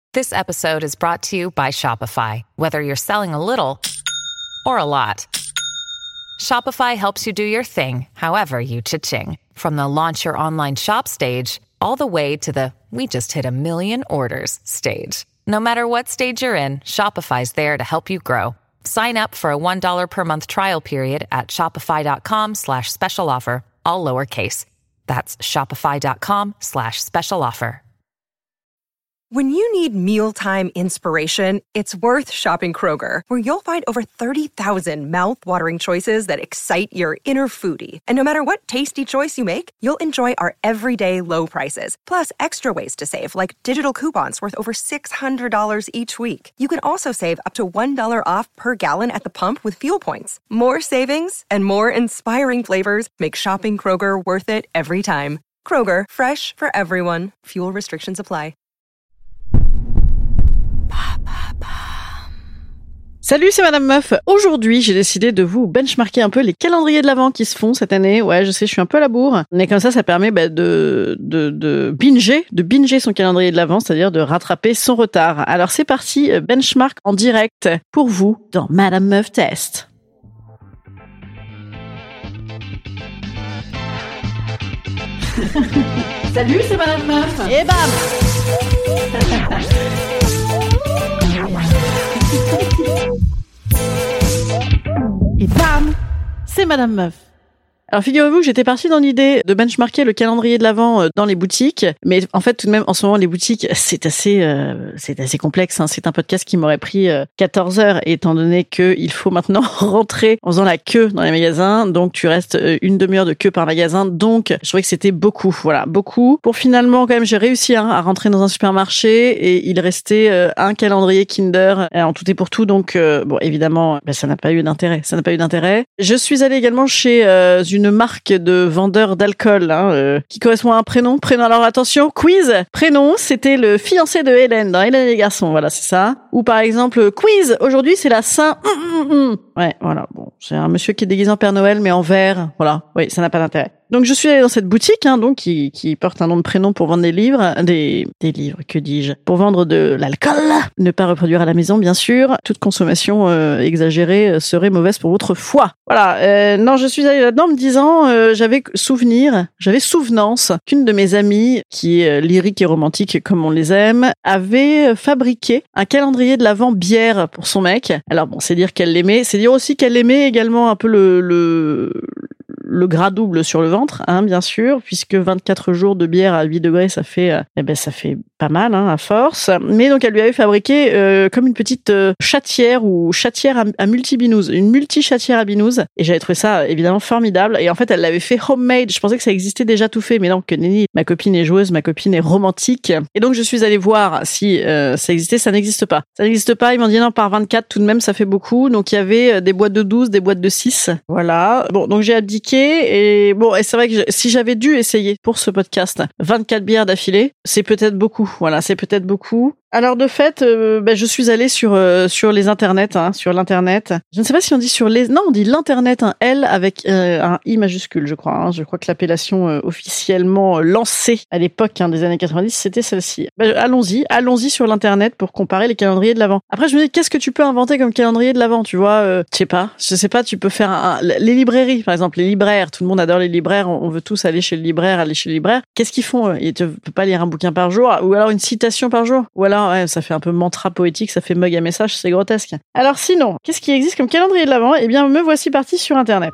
This episode is brought to you by Shopify. Whether you're selling a little or a lot, Shopify helps you do your thing, however you cha-ching. From the launch your online shop stage, all the way to the we just hit 1 million orders stage. No matter what stage you're in, Shopify's there to help you grow. Sign up for a $1 per month trial period at shopify.com/special offer, all lowercase. That's shopify.com/special offer. When you need mealtime inspiration, it's worth shopping Kroger, where you'll find over 30,000 mouth-watering choices that excite your inner foodie. And no matter what tasty choice you make, you'll enjoy our everyday low prices, plus extra ways to save, like digital coupons worth over $600 each week. You can also save up to $1 off per gallon at the pump with fuel points. More savings and more inspiring flavors make shopping Kroger worth it every time. Kroger, fresh for everyone. Fuel restrictions apply. Salut, c'est Madame Meuf. Aujourd'hui, j'ai décidé de vous benchmarker un peu les calendriers de l'Avent qui se font cette année. Ouais, je sais, je suis un peu à la bourre. Mais comme ça permet de binger son calendrier de l'Avent, c'est-à-dire de rattraper son retard. Alors c'est parti, benchmark en direct pour vous dans Madame Meuf Test. Salut, c'est Madame Meuf. Et bam. Et bam, c'est Madame Meuf. Alors figurez-vous que j'étais partie dans l'idée de benchmarker le calendrier de l'Avent dans les boutiques, mais en fait tout de même en ce moment les boutiques c'est assez complexe. Hein. C'est un podcast qui m'aurait pris 14 heures étant donné que il faut maintenant rentrer en faisant la queue dans les magasins, donc tu restes une demi-heure de queue par magasin, donc je trouvais que c'était beaucoup, voilà beaucoup. Pour finalement quand même j'ai réussi à rentrer dans un supermarché et il restait un calendrier Kinder en tout et pour tout, donc bon évidemment ça n'a pas eu d'intérêt, Je suis allée également chez une marque de vendeurs d'alcool qui correspond à un prénom. Alors attention, quiz. Prénom, c'était le fiancé de Hélène dans Hélène et les garçons. Voilà, c'est ça. Ou par exemple, quiz. Aujourd'hui, c'est la Saint. Ouais, voilà. Bon, c'est un monsieur qui est déguisé en Père Noël, mais en vert. Voilà. Oui, ça n'a pas d'intérêt. Donc je suis allée dans cette boutique, donc qui porte un nom de prénom pour vendre des livres, des livres, que dis-je, pour vendre de l'alcool, ne pas reproduire à la maison bien sûr. Toute consommation exagérée serait mauvaise pour votre foie. Voilà. Non, je suis allée là-dedans en me disant, j'avais souvenance qu'une de mes amies, qui est lyrique et romantique comme on les aime, avait fabriqué un calendrier de l'Avent bière pour son mec. Alors bon, c'est dire qu'elle l'aimait, c'est dire aussi qu'elle aimait également un peu le gras double sur le ventre, bien sûr, puisque 24 jours de bière à 8 degrés, ça fait pas mal, à force. Mais donc, elle lui avait fabriqué comme une petite chatière à multibinouse, une multi-chatière à binouze. Et j'avais trouvé ça, évidemment, formidable. Et en fait, elle l'avait fait homemade. Je pensais que ça existait déjà tout fait. Mais non, que nenni, ma copine est joueuse, ma copine est romantique. Et donc, je suis allée voir si ça existait. Ça n'existe pas. Ils m'ont dit non, par 24, tout de même, ça fait beaucoup. Donc, il y avait des boîtes de 12, des boîtes de 6. Voilà. Bon, donc j'ai abdiqué. Et bon, et c'est vrai que si j'avais dû essayer pour ce podcast 24 bières d'affilée, c'est peut-être beaucoup. Voilà, c'est peut-être beaucoup. Alors de fait, je suis allée sur les internets, sur l'internet. Je ne sais pas si on dit on dit l'internet, un L avec un I majuscule, je crois. Je crois que l'appellation officiellement lancée à l'époque des années 90, c'était celle-ci. Allons-y sur l'internet pour comparer les calendriers de l'Avent. Après, je me dis, qu'est-ce que tu peux inventer comme calendrier de l'Avent, tu vois je sais pas, tu peux faire les librairies, par exemple, les libraires. Tout le monde adore les libraires. On veut tous aller chez le libraire. Qu'est-ce qu'ils font? Ils ne peuvent pas lire un bouquin par jour, ou alors une citation par jour, ou alors ouais, ça fait un peu mantra poétique, ça fait mug à message, c'est grotesque. Alors sinon, qu'est-ce qui existe comme calendrier de l'Avent? Eh bien, me voici parti sur Internet.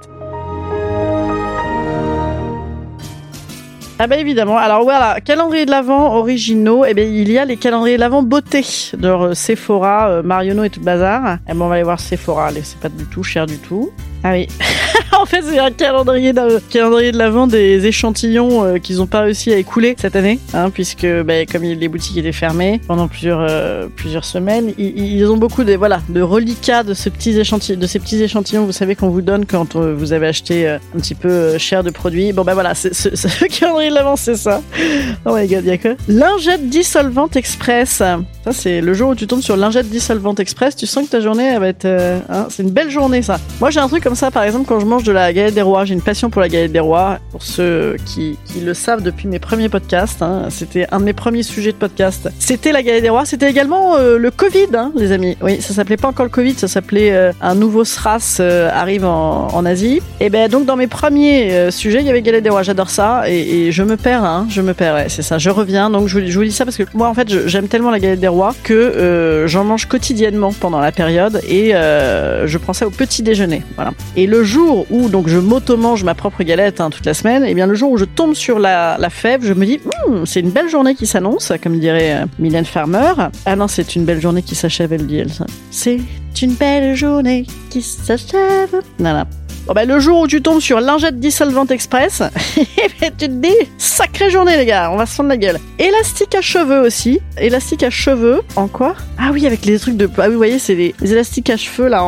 Ah bah évidemment, alors voilà, calendrier de l'Avent originaux, il y a les calendriers de l'Avent beauté, de Sephora, Marionneau et tout le bazar. Et bon, on va aller voir Sephora, c'est pas du tout cher du tout. Ah oui. En fait, c'est un calendrier de l'Avent des échantillons qu'ils ont pas réussi à écouler cette année, puisque comme les boutiques étaient fermées pendant plusieurs semaines, ils ont beaucoup de reliquats de ces petits échantillons, vous savez, qu'on vous donne quand vous avez acheté un petit peu cher de produits. Bon voilà, ce calendrier de l'Avent, c'est ça. Oh my god, il y a que lingette dissolvante express. Ça, c'est le jour où tu tombes sur lingette dissolvante express, tu sens que ta journée elle va être c'est une belle journée, ça. Moi, j'ai un truc comme ça, par exemple, quand je mange de la galette des rois. J'ai une passion pour la galette des rois. Pour ceux qui le savent depuis mes premiers podcasts, hein, c'était un de mes premiers sujets de podcast. C'était la galette des rois. C'était également le Covid, hein, les amis. Oui, ça s'appelait pas encore le Covid, ça s'appelait un nouveau SRAS arrive en Asie. Et ben donc dans mes premiers sujets, il y avait galette des rois. J'adore ça et je me perds, hein. Je me perds, ouais, c'est ça. Je reviens. Donc je vous dis ça parce que moi en fait, j'aime tellement la galette des rois que j'en mange quotidiennement pendant la période et je prends ça au petit déjeuner. Voilà. Et le jour où donc je m'auto-mange ma propre galette toute la semaine, et bien le jour où je tombe sur la fève, je me dis c'est une belle journée qui s'annonce, comme dirait Mylène Farmer. Ah non, c'est une belle journée qui s'achève, elle dit elle. C'est une belle journée qui s'achève. Voilà. Bon ben, le jour où tu tombes sur Lingette Dissolvante Express, tu te dis sacrée journée les gars, on va se fendre la gueule. Élastique à cheveux aussi. Élastique à cheveux en quoi? Ah oui, avec les trucs de... Ah oui, vous voyez, c'est les élastiques à cheveux là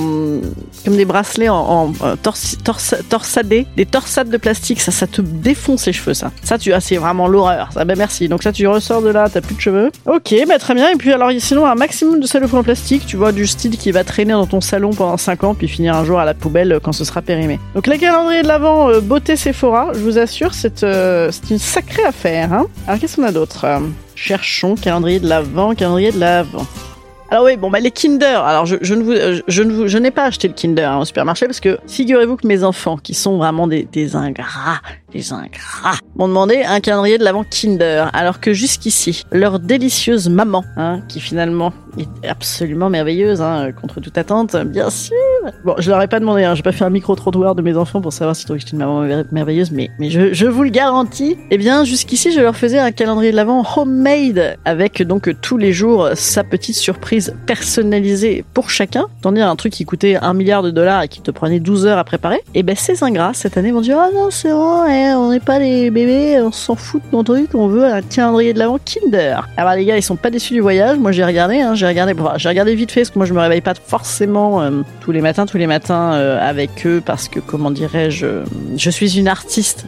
comme des bracelets en torsadés, des torsades de plastique, ça te défonce les cheveux ça. Ça c'est vraiment l'horreur. Ça, ben merci. Donc là tu ressors de là, t'as plus de cheveux. Ok, bah très bien. Et puis alors sinon un maximum de saloperies en plastique, tu vois, du style qui va traîner dans ton salon pendant 5 ans puis finir un jour à la poubelle quand ce sera périmé. Donc le calendrier de l'Avent beauté Sephora, je vous assure, c'est une sacrée affaire. Hein. Alors qu'est-ce qu'on a d'autre? Cherchons calendrier de l'Avent. Alors oui, bon bah les Kinder. Alors je n'ai pas acheté le Kinder au supermarché parce que figurez-vous que mes enfants, qui sont vraiment des ingrats, m'ont demandé un calendrier de l'Avent Kinder, alors que jusqu'ici leur délicieuse maman, qui finalement est absolument merveilleuse, contre toute attente, bien sûr. Bon, je leur ai pas demandé, j'ai pas fait un micro-trottoir de mes enfants pour savoir si trouvaient que j'étais une maman merveilleuse, mais je vous le garantis. Eh bien, jusqu'ici, je leur faisais un calendrier de l'Avent homemade, avec donc tous les jours sa petite surprise personnalisée pour chacun. Tandis un truc qui coûtait $1 milliard et qui te prenait 12 heures à préparer. Et ben, ces ingrats, cette année, vont dire, ah non, c'est vrai, on n'est pas des bébés, on s'en fout de ton truc, on veut un calendrier de l'Avent Kinder. Alors les gars, ils sont pas déçus du voyage. Moi, j'ai regardé vite fait, parce que moi, je me réveille pas forcément tous les matins avec eux, parce que, comment dirais-je, je suis une artiste,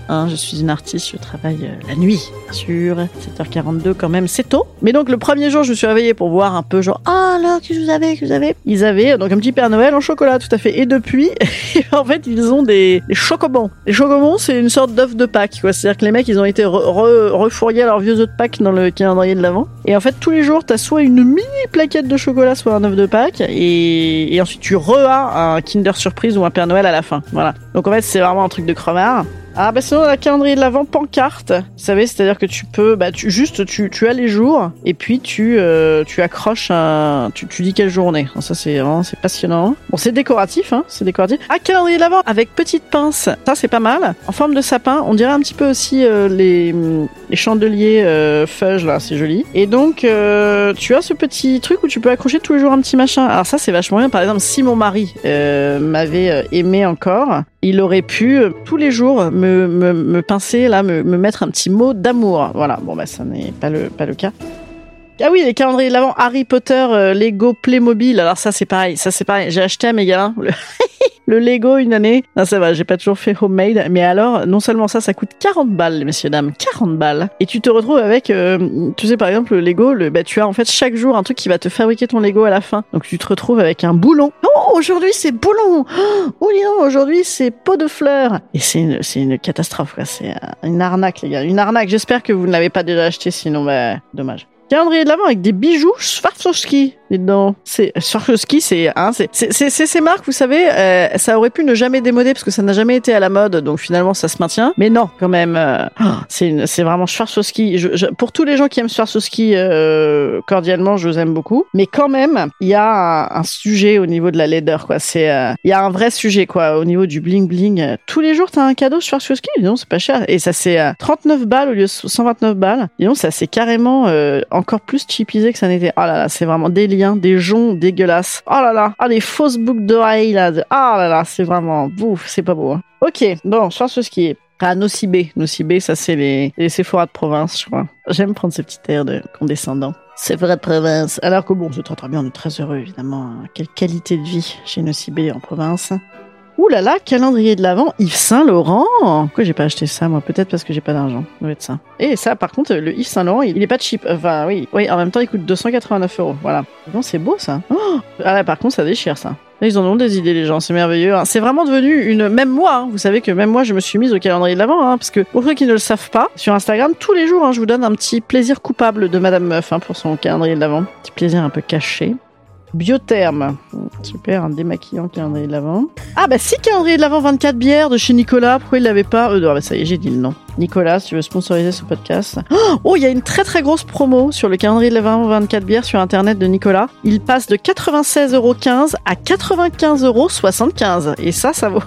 je travaille la nuit, bien sûr, 7h42 quand même, c'est tôt. Mais donc, le premier jour, je me suis réveillée pour voir un peu, genre, ah là, qu'est-ce que vous avez? Ils avaient donc un petit Père Noël en chocolat, tout à fait. Et depuis, en fait, ils ont des chocobons. Les chocobons, c'est une sorte d'œuf de Pâques, quoi. C'est-à-dire que les mecs, ils ont été refourgués à leurs vieux œufs de Pâques dans le calendrier de l'Avent. Et en fait, tous les jours, t'as soit une mini plaquette de chocolat, soit un œuf de Pâques, et ensuite tu as un Kinder Surprise ou un Père Noël à la fin. Voilà. Donc en fait, c'est vraiment un truc de crevard. Ah bah sinon, la calendrier de l'Avent pancarte, vous savez, c'est-à-dire que tu peux, tu as les jours et puis tu accroches tu dis quelle journée. Alors ça c'est passionnant. Bon, c'est décoratif, c'est décoratif. Ah, calendrier de l'Avent avec petite pince, ça c'est pas mal. En forme de sapin, on dirait un petit peu aussi les chandeliers fudge là, c'est joli. Et donc tu as ce petit truc où tu peux accrocher tous les jours un petit machin. Alors ça c'est vachement bien. Par exemple, si mon mari m'avait aimé encore, il aurait pu tous les jours me pincer là, me mettre un petit mot d'amour. Voilà. Bon bah ça n'est pas le cas. Ah oui, les calendriers de l'Avent Harry Potter, Lego, Playmobil. Alors ça c'est pareil. J'ai acheté à mes gamins le Lego une année. Non, ça va, j'ai pas toujours fait homemade. Mais alors, non seulement ça coûte 40 balles, messieurs, dames. 40 balles. Et tu te retrouves avec, tu sais, par exemple, le Lego, tu as en fait chaque jour un truc qui va te fabriquer ton Lego à la fin. Donc tu te retrouves avec un boulon. Oh, aujourd'hui c'est boulon. Oh, dis donc, aujourd'hui c'est pot de fleurs. Et c'est une catastrophe, quoi. C'est une arnaque, les gars. Une arnaque. J'espère que vous ne l'avez pas déjà acheté, sinon, dommage. Calendrier de l'Avent avec des bijoux Swarovski. Dedans. Swarovski, c'est ces marques, vous savez, ça aurait pu ne jamais démoder parce que ça n'a jamais été à la mode, donc finalement ça se maintient. Mais non, quand même, c'est vraiment Swarovski. Pour tous les gens qui aiment Swarovski, cordialement, je vous aime beaucoup. Mais quand même, il y a un sujet au niveau de la laideur, quoi. Il y a un vrai sujet, quoi, au niveau du bling bling. Tous les jours, t'as un cadeau Swarovski. Non, c'est pas cher. Et ça c'est 39 balles au lieu de 129 balles. Et donc ça c'est carrément encore plus cheapisé que ça n'était. Oh là là, c'est vraiment des liens, des joncs dégueulasses. Oh là là, des fausses boucles d'oreilles là. Ah là là, c'est vraiment bouf, c'est pas beau. Ok, bon, je pense ce qui est. Ah, Nocibé, ça c'est les Sephora de province, je crois. J'aime prendre ce petit air de condescendant. Sephora de province. Alors que bon, c'est très bien, on est très heureux évidemment. Quelle qualité de vie chez Nocibé en province. Ouh là là, calendrier de l'Avent, Yves Saint Laurent. Pourquoi j'ai pas acheté ça, moi? Peut-être parce que j'ai pas d'argent. Ça doit être ça. Et ça, par contre, le Yves Saint Laurent, il est pas cheap. Enfin, oui, en même temps, il coûte 289 €. Voilà. Non, c'est beau, ça. Oh, ah là, par contre, ça déchire, ça. Ils en ont des idées, les gens, c'est merveilleux. C'est vraiment devenu même moi, vous savez que même moi, je me suis mise au calendrier de l'Avent, parce que pour ceux qui ne le savent pas, sur Instagram, tous les jours, je vous donne un petit plaisir coupable de Madame Meuf pour son calendrier de l'Avent. Petit plaisir un peu caché. Biotherme. Super, un démaquillant calendrier de l'Avent. Ah bah si, calendrier de l'Avent 24 bières de chez Nicolas, pourquoi il l'avait pas non, bah ça y est, j'ai dit le nom. Nicolas, si tu veux sponsoriser ce podcast. Oh, il y a une très très grosse promo sur le calendrier de l'Avent 24 bières sur internet de Nicolas. Il passe de 96,15€ à 95,75€. Et ça vaut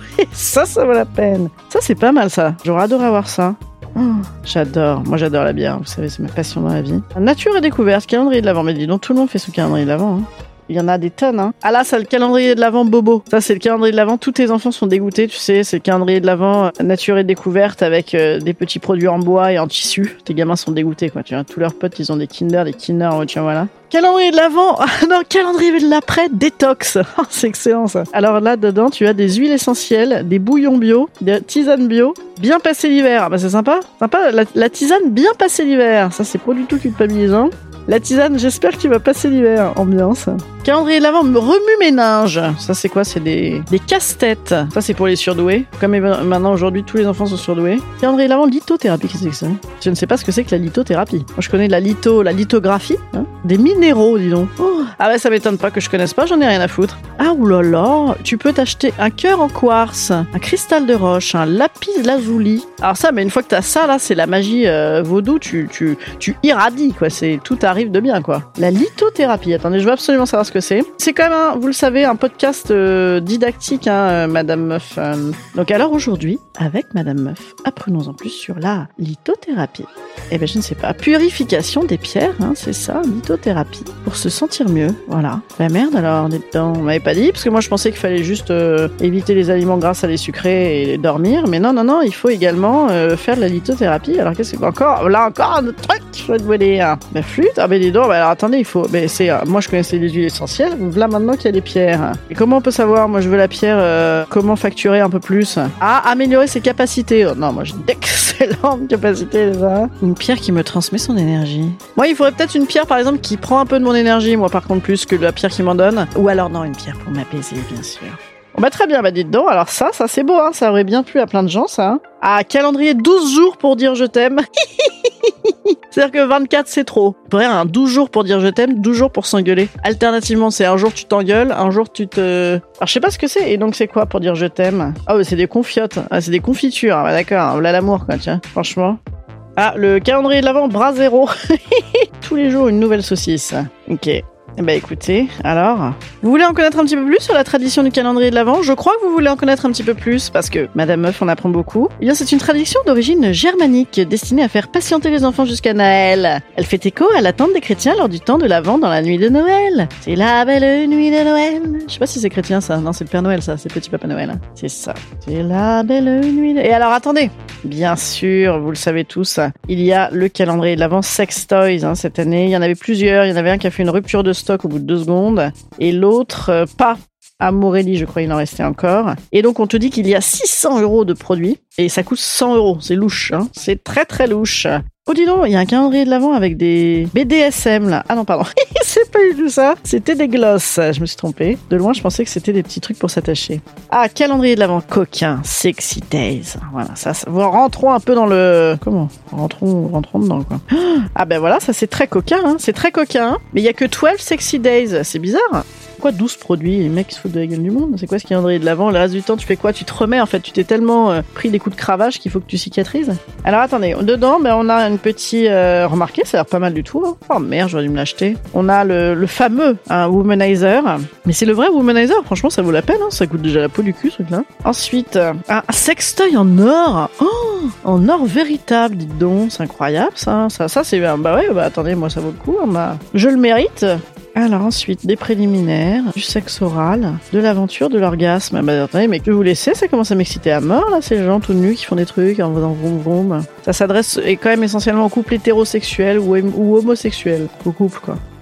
la peine. Ça, c'est pas mal, ça. J'aurais adoré avoir ça. Oh, j'adore la bière, vous savez, c'est ma passion dans la vie. Nature et découverte, calendrier de l'Avent, mais dis donc, tout le monde fait son calendrier de l'Avent. Il y en a des tonnes, Ah là, c'est le calendrier de l'Avent Bobo. Ça, c'est le calendrier de l'Avent. Tous tes enfants sont dégoûtés, tu sais. C'est le calendrier de l'Avent nature et découverte avec des petits produits en bois et en tissu. Tes gamins sont dégoûtés, quoi. Tu vois, tous leurs potes, ils ont des Kinder, tiens, voilà. Calendrier de l'Avent, non, calendrier de l'après, détox. C'est excellent, ça. Alors là, dedans, tu as des huiles essentielles, des bouillons bio, des tisanes bio, bien passé l'hiver. Bah, c'est sympa. La tisane bien passé l'hiver. Ça, c'est pas du tout culpabilisant. La tisane, j'espère que tu vas passer l'hiver. Ambiance. Calendrier de l'Avent, remue-ménage. Ça, c'est quoi? C'est des casse-têtes. Ça, c'est pour les surdoués. Comme maintenant, aujourd'hui, tous les enfants sont surdoués. Calendrier de l'Avent, lithothérapie. Qu'est-ce que c'est que ça? Je ne sais pas ce que c'est que la lithothérapie. Moi, je connais la lithographie. Des minéraux, dis donc. Oh. Ah ouais, ça m'étonne pas que je connaisse pas, j'en ai rien à foutre. Ah oulala, tu peux t'acheter un cœur en quartz, un cristal de roche, un lapis lazuli. Alors ça, mais une fois que t'as ça, là, c'est la magie vaudou, tu irradies, quoi. Tout arrive de bien, quoi. La lithothérapie. Attendez, je veux absolument savoir ce que c'est. C'est quand même, vous le savez, un podcast didactique, Madame Meuf. Donc alors aujourd'hui, avec Madame Meuf, apprenons en plus sur la lithothérapie. Eh ben, je ne sais pas. Purification des pierres, c'est ça, lithothérapie. Pour se sentir mieux, voilà. La merde alors, on m'avait pas dit, parce que moi je pensais qu'il fallait juste éviter les aliments gras, salés, sucrés et dormir. Mais non, il faut également faire de la lithothérapie. Alors qu'est-ce que c'est encore? Là encore un autre truc, je vais te vous dire. La flûte, ah ben dis donc, alors attendez, il faut. Mais c'est, moi je connaissais les huiles essentielles, là maintenant qu'il y a des pierres. Et comment on peut savoir? Moi je veux la pierre, comment facturer un peu plus? Ah, améliorer ses capacités. Oh, non, moi j'ai d'excellentes capacités déjà. Une pierre qui me transmet son énergie. Moi il faudrait peut-être une pierre par exemple qui prend un peu de mon énergie, moi par contre plus que la pierre qui m'en donne. Ou alors non, une pierre pour m'apaiser, bien sûr. Bon bah très bien, bah dites donc, alors ça c'est beau, ça aurait bien plu à plein de gens ça. Ah, calendrier 12 jours pour dire je t'aime. C'est-à-dire que 24 c'est trop. Il faudrait un 12 jours pour dire je t'aime, 12 jours pour s'engueuler. Alternativement, c'est un jour tu t'engueules, un jour tu te... Alors je sais pas ce que c'est, et donc c'est quoi pour dire je t'aime? Ah ouais, c'est des confiottes, c'est des confitures, ah, d'accord, là l'amour quoi, tiens, franchement. Ah, le calendrier de l'Avent, bras zéro. Tous les jours une nouvelle saucisse. Ok. Eh ben écoutez, alors, vous voulez en connaître un petit peu plus sur la tradition du calendrier de l'Avent? Je crois que vous voulez en connaître un petit peu plus, parce que Madame Meuf en apprend beaucoup. Eh bien, c'est une tradition d'origine germanique, destinée à faire patienter les enfants jusqu'à Noël. Elle fait écho à l'attente des chrétiens lors du temps de l'Avent dans la nuit de Noël. C'est la belle nuit de Noël. Je sais pas si c'est chrétien ça, non c'est le Père Noël ça, c'est Petit Papa Noël. C'est ça. C'est la belle nuit de... Et alors attendez, bien sûr, vous le savez tous, il y a le calendrier de l'Avent Sex Toys cette année. Il y en avait plusieurs, il y en avait un qui a fait une rupture de stock au bout de 2 secondes, et l'autre, pas. À Morelli, je crois, il en restait encore. Et donc, on te dit qu'il y a 600 € de produits, et ça coûte 100 €. C'est louche, C'est très, très louche. Oh, dis donc, il y a un calendrier de l'Avent avec des BDSM, là. Ah non, pardon. C'est pas du tout ça. C'était des glosses. Je me suis trompée. De loin, je pensais que c'était des petits trucs pour s'attacher. Ah, calendrier de l'Avent coquin. Sexy Days. Voilà, ça. Rentrons un peu dans le... Comment? Rentrons dedans, quoi. Ah ben voilà, ça c'est très coquin, C'est très coquin. Mais il y a que 12 Sexy Days. C'est bizarre. Pourquoi 12 produits? Les mecs se foutent de la gueule du monde. C'est quoi ce calendrier de l'Avent? Le reste du temps, tu fais quoi? Tu te remets, en fait. Tu t'es tellement pris des coups de cravache qu'il faut que tu cicatrises. Alors, attendez. Dedans, on a une petite... remarquez, ça a l'air pas mal du tout. Oh merde, j'aurais dû me l'acheter. On a le fameux Womanizer. Mais c'est le vrai Womanizer. Franchement, ça vaut la peine. Ça coûte déjà la peau du cul, ce truc-là. Ensuite, un sextoy en or. Oh, en or véritable, dites donc. C'est incroyable, ça. Ça c'est... Bah ouais, attendez, moi, ça vaut le coup. Je le mérite. Alors ensuite, des préliminaires, du sexe oral, de l'aventure, de l'orgasme. Bah attendez, mais que vous laissez, ça commence à m'exciter à mort, là, ces gens tout nus qui font des trucs en faisant vroom vroom. Ça s'adresse quand même essentiellement aux couples hétérosexuels ou homosexuels. Aux couples, quoi.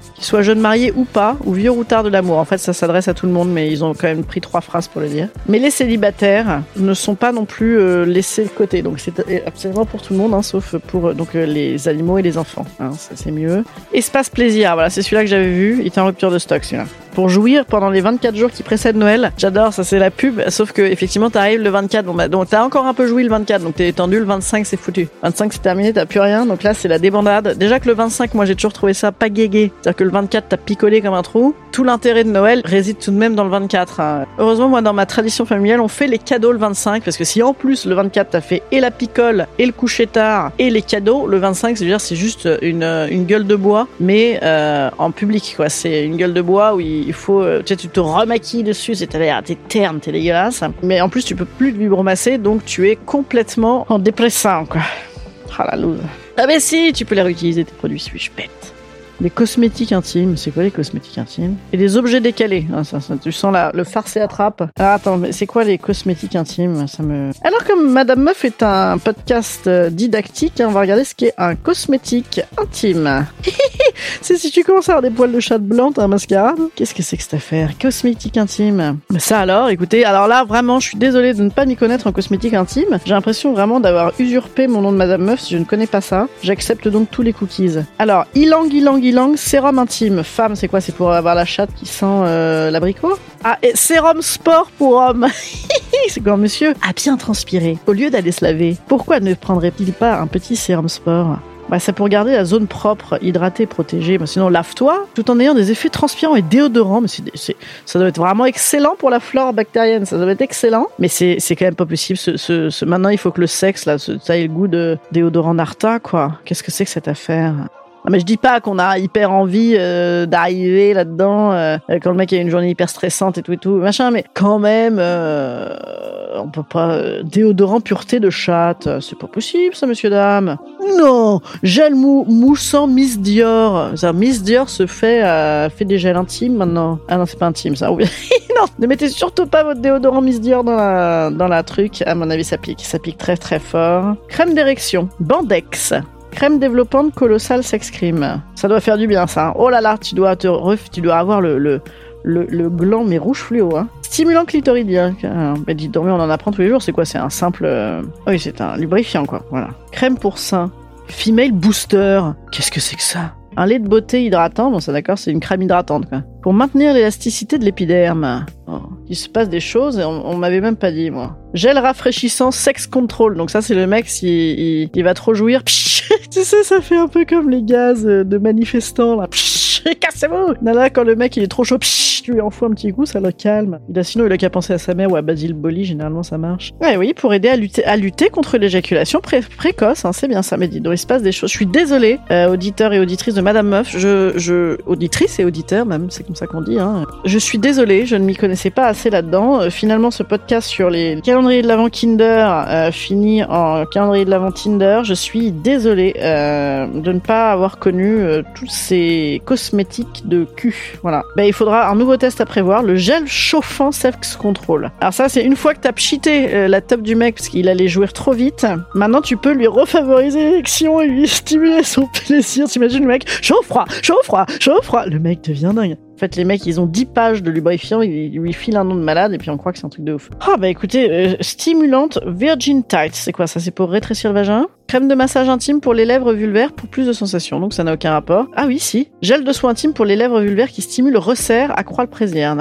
qu'ils soient jeunes mariés ou pas, ou vieux routards de l'amour. En fait, ça s'adresse à tout le monde, mais ils ont quand même pris 3 phrases pour le dire. Mais les célibataires ne sont pas non plus laissés de côté, donc c'est absolument pour tout le monde, hein, sauf pour les animaux et les enfants. Hein, ça c'est mieux. Espace plaisir, voilà, c'est celui-là que j'avais vu. Il était en rupture de stock, celui-là. Pour jouir pendant les 24 jours qui précèdent Noël. J'adore, ça c'est la pub, sauf que effectivement t'arrives le 24, donc t'as encore un peu joué le 24, donc t'es tendu, le 25 c'est foutu. 25 c'est terminé, t'as plus rien, donc là c'est la débandade. Déjà que le 25, moi j'ai toujours trouvé ça pas guégué, c'est-à-dire que le 24 t'as picolé comme un trou. Tout l'intérêt de Noël réside tout de même dans le 24. Hein. Heureusement, moi dans ma tradition familiale, on fait les cadeaux le 25, parce que si en plus le 24 t'as fait et la picole, et le coucher tard, et les cadeaux, le 25 c'est juste une gueule de bois, mais en public quoi. C'est une gueule de bois où il faut, tu te remaquilles dessus, t'es terne, t'es dégueulasse. Mais en plus, tu peux plus te vibromasser, donc tu es complètement en dépressant, quoi. Ah la loose. Ah mais si, tu peux les réutiliser, tes produits, suis-je bête. Les cosmétiques intimes, c'est quoi les cosmétiques intimes? Et les objets décalés, ah, ça, tu sens le farce et attrape. Ah, attends, mais c'est quoi les cosmétiques intimes? Alors comme Madame Meuf est un podcast didactique, on va regarder ce qu'est un cosmétique intime. C'est si tu commences à avoir des poils de chatte blanc, t'as un mascarade. Qu'est-ce que c'est que cette affaire? Cosmétique intime. Ça alors, écoutez, alors là vraiment, je suis désolée de ne pas m'y connaître en cosmétique intime. J'ai l'impression vraiment d'avoir usurpé mon nom de Madame Meuf si je ne connais pas ça. J'accepte donc tous les cookies. Alors, ylang, sérum intime. Femme, c'est quoi? C'est pour avoir la chatte qui sent l'abricot? Ah, et sérum sport pour homme. C'est quoi, monsieur? À bien transpirer. Au lieu d'aller se laver, pourquoi ne prendrait-il pas un petit sérum sport? Bah, c'est pour garder la zone propre, hydratée, protégée. Bah, sinon, lave-toi, tout en ayant des effets transpirants et déodorants. Mais ça doit être vraiment excellent pour la flore bactérienne. Ça doit être excellent. Mais c'est quand même pas possible. Maintenant, il faut que le sexe, là, ça ait le goût de déodorant Narta, quoi. Qu'est-ce que c'est que cette affaire? Non, mais je dis pas qu'on a hyper envie d'arriver là-dedans quand le mec a une journée hyper stressante et tout machin, mais quand même on peut pas déodorant pureté de chatte, c'est pas possible ça, monsieur dame. Non, gel moussant Miss Dior. Ça, Miss Dior se fait des gels intimes maintenant. Ah non, c'est pas intime ça. Non, ne mettez surtout pas votre déodorant Miss Dior dans la truc. À mon avis, ça pique très très fort. Crème d'érection, Bandex. Crème développante Colossal Sex Cream. Ça doit faire du bien, ça. Oh là là, tu dois avoir le gland, mais rouge fluo. Hein. Stimulant clitoridien. Mais dis donc, on en apprend tous les jours. C'est quoi? C'est un simple... Oui, c'est un lubrifiant, quoi. Voilà. Crème pour seins. Female Booster. Qu'est-ce que c'est que ça? Un lait de beauté hydratant. Bon, ça d'accord, c'est une crème hydratante, quoi. Pour maintenir l'élasticité de l'épiderme. Oh, il se passe des choses et on m'avait même pas dit, moi. Gel rafraîchissant Sex Control. Donc ça, c'est le mec, s'il va trop jouir. Psh, tu sais, ça fait un peu comme les gaz de manifestants, là. Psh, cassez-vous! Là, quand le mec, il est trop chaud, psh, tu lui envoies un petit coup, ça le calme. Sinon, il a qu'à penser à sa mère ou à Basil Boli, généralement, ça marche. Ouais, oui, pour aider à lutter contre l'éjaculation précoce, hein, c'est bien ça, mais dis donc, il se passe des choses. Je suis désolée, auditeurs et auditrices de Madame Meuf, auditrices et auditeurs, même, c'est comme ça qu'on dit, hein. Je suis désolée, je ne m'y connaissais pas assez là-dedans. Finalement, ce podcast sur les calendriers de l'Avent Kinder finit en calendrier de l'Avent Tinder. Je suis désolée de ne pas avoir connu tous ces cosmétiques de cul. Voilà. Ben, il faudra un nouveau test à prévoir, le gel chauffant Sex Control. Alors ça, c'est une fois que t'as pchité la top du mec parce qu'il allait jouir trop vite. Maintenant, tu peux lui refavoriser l'érection et lui stimuler son plaisir. T'imagines le mec, chaud, froid. Le mec devient dingue. En fait, les mecs, ils ont 10 pages de lubrifiant, ils lui filent un nom de malade et puis on croit que c'est un truc de ouf. Ah bah écoutez, stimulante Virgin Tight, c'est quoi ça? C'est pour rétrécir le vagin? Crème de massage intime pour les lèvres vulvaires pour plus de sensations, donc ça n'a aucun rapport. Ah oui, si. Gel de soin intime pour les lèvres vulvaires qui stimule, resserre, accroît le plaisir.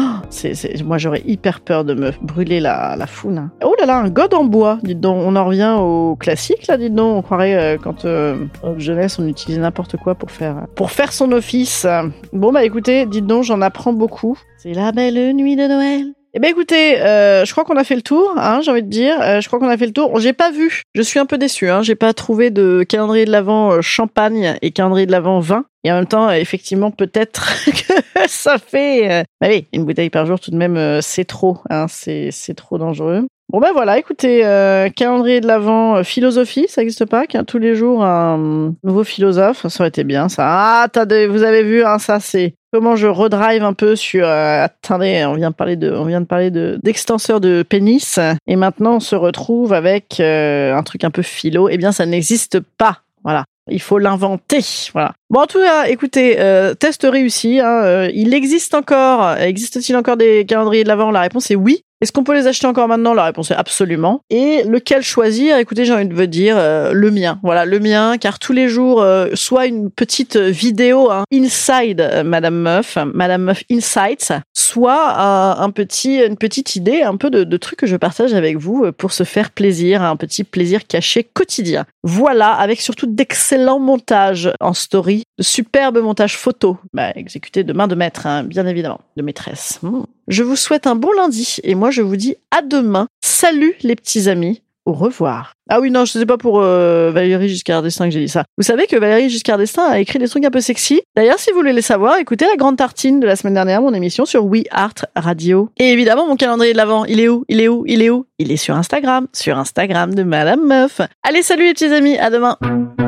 Oh, moi j'aurais hyper peur de me brûler la foune. Oh là là, un god en bois, dites donc. On en revient au classique là, dites donc. On croirait quand jeunesse on utilisait n'importe quoi pour faire son office. Bon bah écoutez, dites donc, j'en apprends beaucoup. C'est la belle nuit de Noël. Eh ben écoutez, je crois qu'on a fait le tour, hein, j'ai envie de dire. Je crois qu'on a fait le tour. J'ai pas vu. Je suis un peu déçue, hein. J'ai pas trouvé de calendrier de l'Avent champagne et calendrier de l'Avent vin. Et en même temps, effectivement, peut-être que ça fait... Bah oui, une bouteille par jour, tout de même, c'est trop, hein. C'est trop dangereux. Bon ben voilà, écoutez, calendrier de l'Avent philosophie, ça existe pas, tous les jours un nouveau philosophe, ça aurait été bien ça. Ah, vous avez vu, hein, ça c'est comment je redrive un peu sur... attendez, on vient de parler d'extenseur de pénis, et maintenant on se retrouve avec un truc un peu philo. Eh bien, ça n'existe pas. Voilà. Il faut l'inventer. Voilà. Bon, en tout cas, écoutez, test réussi. Il existe-t-il encore des calendriers de l'Avent? La réponse est oui. Est-ce qu'on peut les acheter encore maintenant? La réponse est absolument. Et lequel choisir? Écoutez, j'ai envie de vous dire le mien. Voilà, le mien, car tous les jours, soit une petite vidéo inside Madame Meuf Insights, soit une petite idée, un peu de trucs que je partage avec vous pour se faire plaisir, un petit plaisir caché quotidien. Voilà, avec surtout d'excellents montages en story, de superbes montages photos, exécutés de main de maître, bien évidemment, de maîtresse. Je vous souhaite un bon lundi et moi je vous dis à demain. Salut les petits amis, au revoir. Ah oui, non, je sais pas pour Valérie Giscard d'Estaing que j'ai dit ça. Vous savez que Valérie Giscard d'Estaing a écrit des trucs un peu sexy. D'ailleurs, si vous voulez les savoir, écoutez la grande tartine de la semaine dernière, mon émission sur We Art Radio. Et évidemment, mon calendrier de l'Avent, il est où? Il est sur Instagram de Madame Meuf. Allez, salut les petits amis, à demain.